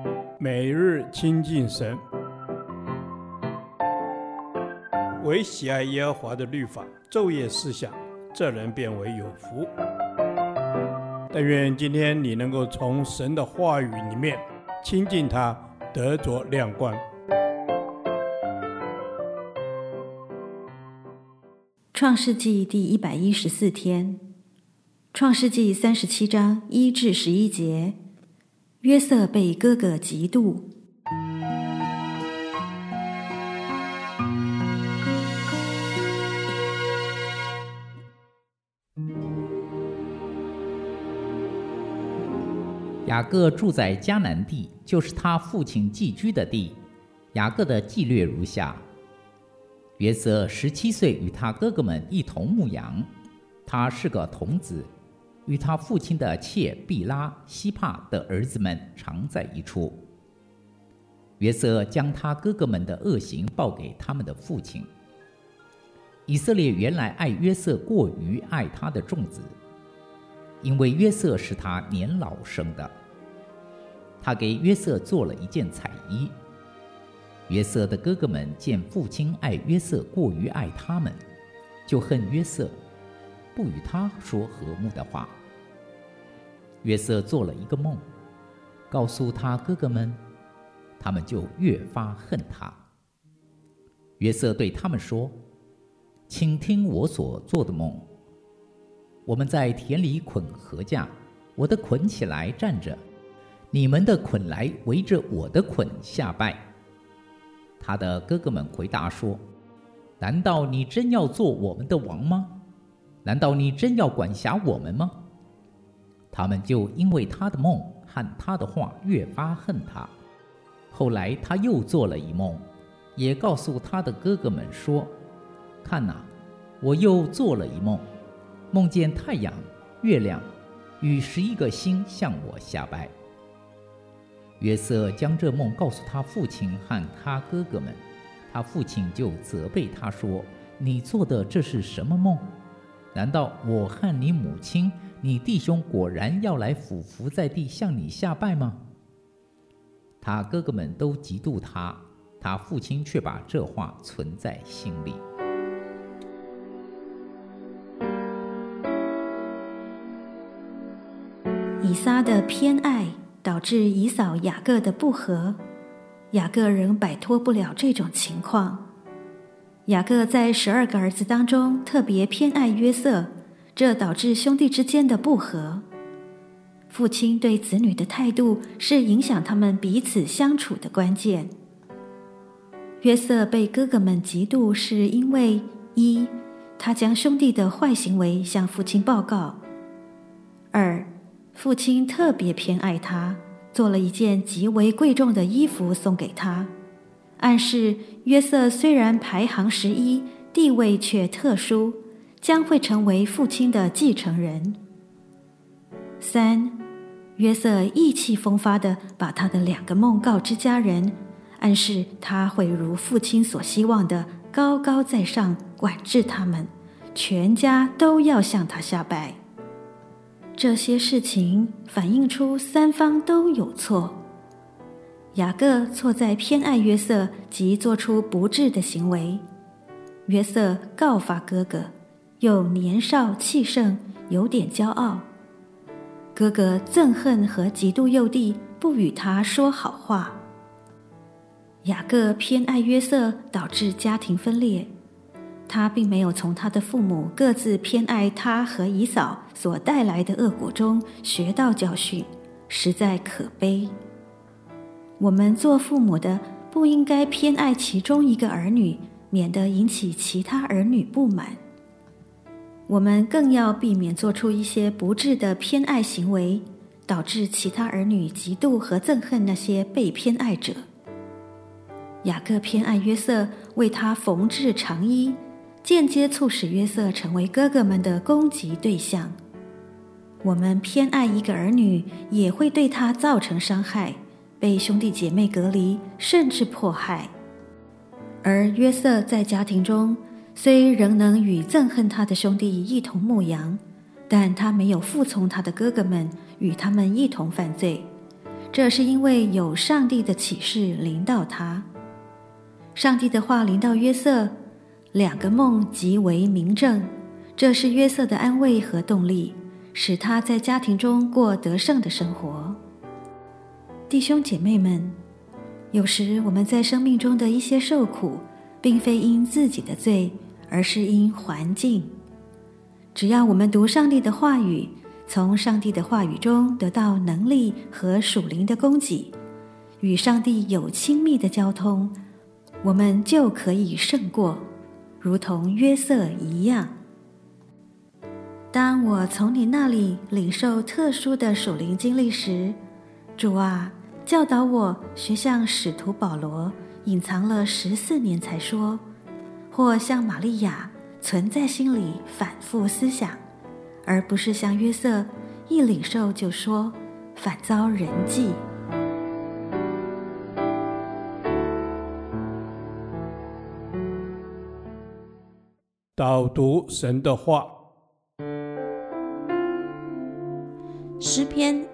每日亲近神，唯喜爱耶和华的律法，昼夜思想，这人变为有福。但愿今天你能够从神的话语里面亲近他，得着亮光。 创世纪第114天，创世纪37章1至11节，约瑟被哥哥嫉妒。 雅各住在迦南地，就是他父亲寄居的地。雅各的记略如下：约瑟17岁，与他哥哥们一同牧羊，他是个童子，与他父亲的妾毕拉、西帕的儿子们常在一处。约瑟将他哥哥们的恶行报给他们的父亲。以色列原来爱约瑟过于爱他的众子，因为约瑟是他年老生的。他给约瑟做了一件彩衣。约瑟的哥哥们见父亲爱约瑟过于爱他们，就恨约瑟，不与他说和睦的话。约瑟做了一个梦，告诉他哥哥们，他们就越发恨他。约瑟对他们说：请听我所做的梦。我们在田里捆禾架，我的捆起来站着，你们的捆来围着我的捆下拜。他的哥哥们回答说：难道你真要做我们的王吗？难道你真要管辖我们吗？他们就因为他的梦和他的话越发恨他。后来他又做了一梦，也告诉他的哥哥们说：看哪，我又做了一梦，梦见太阳、月亮与11个星向我下拜。约瑟将这梦告诉他父亲和他哥哥们，他父亲就责备他说：你做的这是什么梦？难道我和你母亲、你弟兄果然要来俯伏在地向你下拜吗？他哥哥们都嫉妒他，他父亲却把这话存在心里。 以撒的偏爱导致以扫雅各的不和，雅各仍摆脱不了这种情况。雅各在12个儿子当中特别偏爱约瑟，这导致兄弟之间的不和。父亲对子女的态度是影响他们彼此相处的关键。约瑟被哥哥们嫉妒，是因为1. 他将兄弟的坏行为向父亲报告； 2. 父亲特别偏爱他，做了一件极为贵重的衣服送给他，暗示约瑟虽然排行11，地位却特殊，将会成为父亲的继承人。3. 约瑟意气风发地把他的2个梦告知家人，暗示他会如父亲所希望的高高在上，管制他们，全家都要向他下拜。这些事情反映出3方都有错。雅各错在偏爱约瑟及做出不智的行为，约瑟告发哥哥，又年少气盛，有点骄傲。哥哥憎恨和嫉妒幼弟，不与他说好话。雅各偏爱约瑟，导致家庭分裂。他并没有从他的父母各自偏爱他和以扫所带来的恶果中学到教训，实在可悲。我们做父母的不应该偏爱其中一个儿女，免得引起其他儿女不满。我们更要避免做出一些不智的偏爱行为，导致其他儿女嫉妒和憎恨那些被偏爱者。雅各偏爱约瑟，为他缝制长衣，间接促使约瑟成为哥哥们的攻击对象。我们偏爱一个儿女，也会对他造成伤害，被兄弟姐妹隔离，甚至迫害。而约瑟在家庭中虽仍能与憎恨他的兄弟一同牧羊，但他没有服从他的哥哥们，与他们一同犯罪， 这是因为有上帝的启示临到他。上帝的话临到约瑟，2个梦极为明证，这是约瑟的安慰和动力，使他在家庭中过得胜的生活。弟兄姐妹们，有时我们在生命中的一些受苦，并非因自己的罪，而是因环境。只要我们读上帝的话语，从上帝的话语中得到能力和属灵的供给，与上帝有亲密的交通，我们就可以胜过，如同约瑟一样。当我从你那里领受特殊的属灵经历时，主啊，教导我学像使徒保罗隐藏了14年才说，或像玛利亚存在心里反复思想，而不是像约瑟一领受就说，反遭人忌。 导读神的话。 诗篇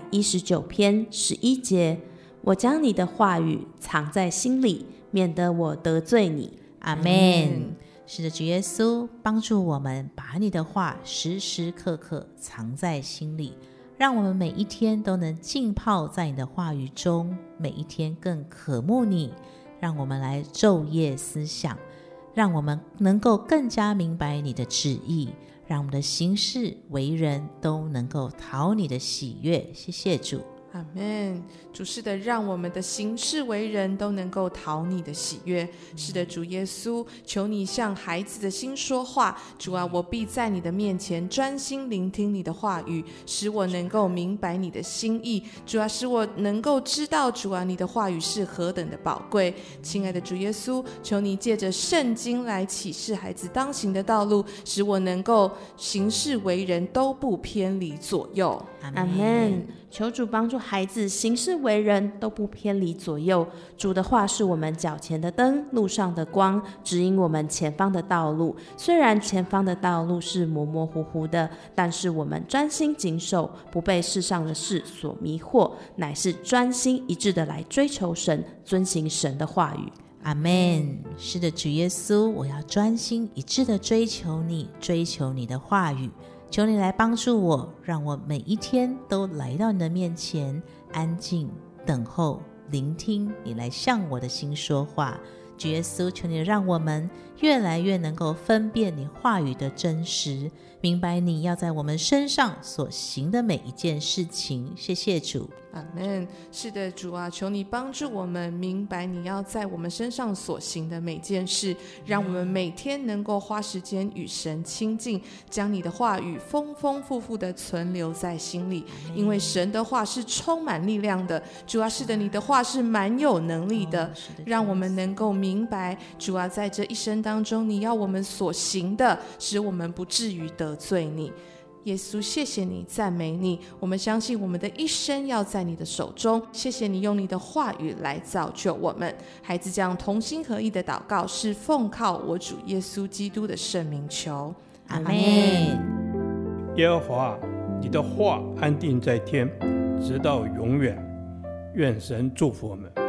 119篇11节，我将你的话语藏在心里，免得我得罪你。 阿们。是的，主耶稣帮助我们把你的话时时刻刻藏在心里，让我们每一天都能浸泡在你的话语中，每一天更渴慕你，让我们来昼夜思想，让我们能够更加明白你的旨意，让我们的行事为人都能够讨你的喜悦。谢谢主。 阿们。主，是的，让我们的行事为人都能够讨你的喜悦。是的，主耶稣，求你向孩子的心说话。主啊，我必在你的面前专心聆听你的话语，使我能够明白你的心意。主啊，使我能够知道，主啊，你的话语是何等的宝贵。亲爱的主耶稣，求你借着圣经来启示孩子当行的道路，使我能够行事为人都不偏离左右。 阿们。求主帮助孩子行事为人都不偏离左右。主的话是我们脚前的灯，路上的光，指引我们前方的道路。虽然前方的道路是模模糊糊的，但是我们专心谨守，不被世上的事所迷惑，乃是专心一致的来追求神，遵行神的话语。 阿们。是的，主耶稣，我要专心一致的追求你，追求你的话语。求你来帮助我，让我每一天都来到你的面前，安静等候聆听你来向我的心说话。主耶稣，求你让我们越来越能够分辨你话语的真实，明白你要在我们身上所行的每一件事情。谢谢主。 阿们。是的，主啊，求你帮助我们明白你要在我们身上所行的每件事，让我们每天能够花时间与神亲近，将你的话语丰丰富富的存留在心里，因为神的话是充满力量的。主啊，是的，你的话是蛮有能力的，让我们能够明白，主啊，在这一生当中，你要我们所行的，使我们不至于得罪你。耶稣，谢谢你，赞美你，我们相信我们的一生要在你的手中。谢谢你用你的话语来造就我们。孩子这样同心合意的祷告，是奉靠我主耶稣基督的圣名求。 阿们。 耶和华，你的话安定在天，直到永远。愿神祝福我们。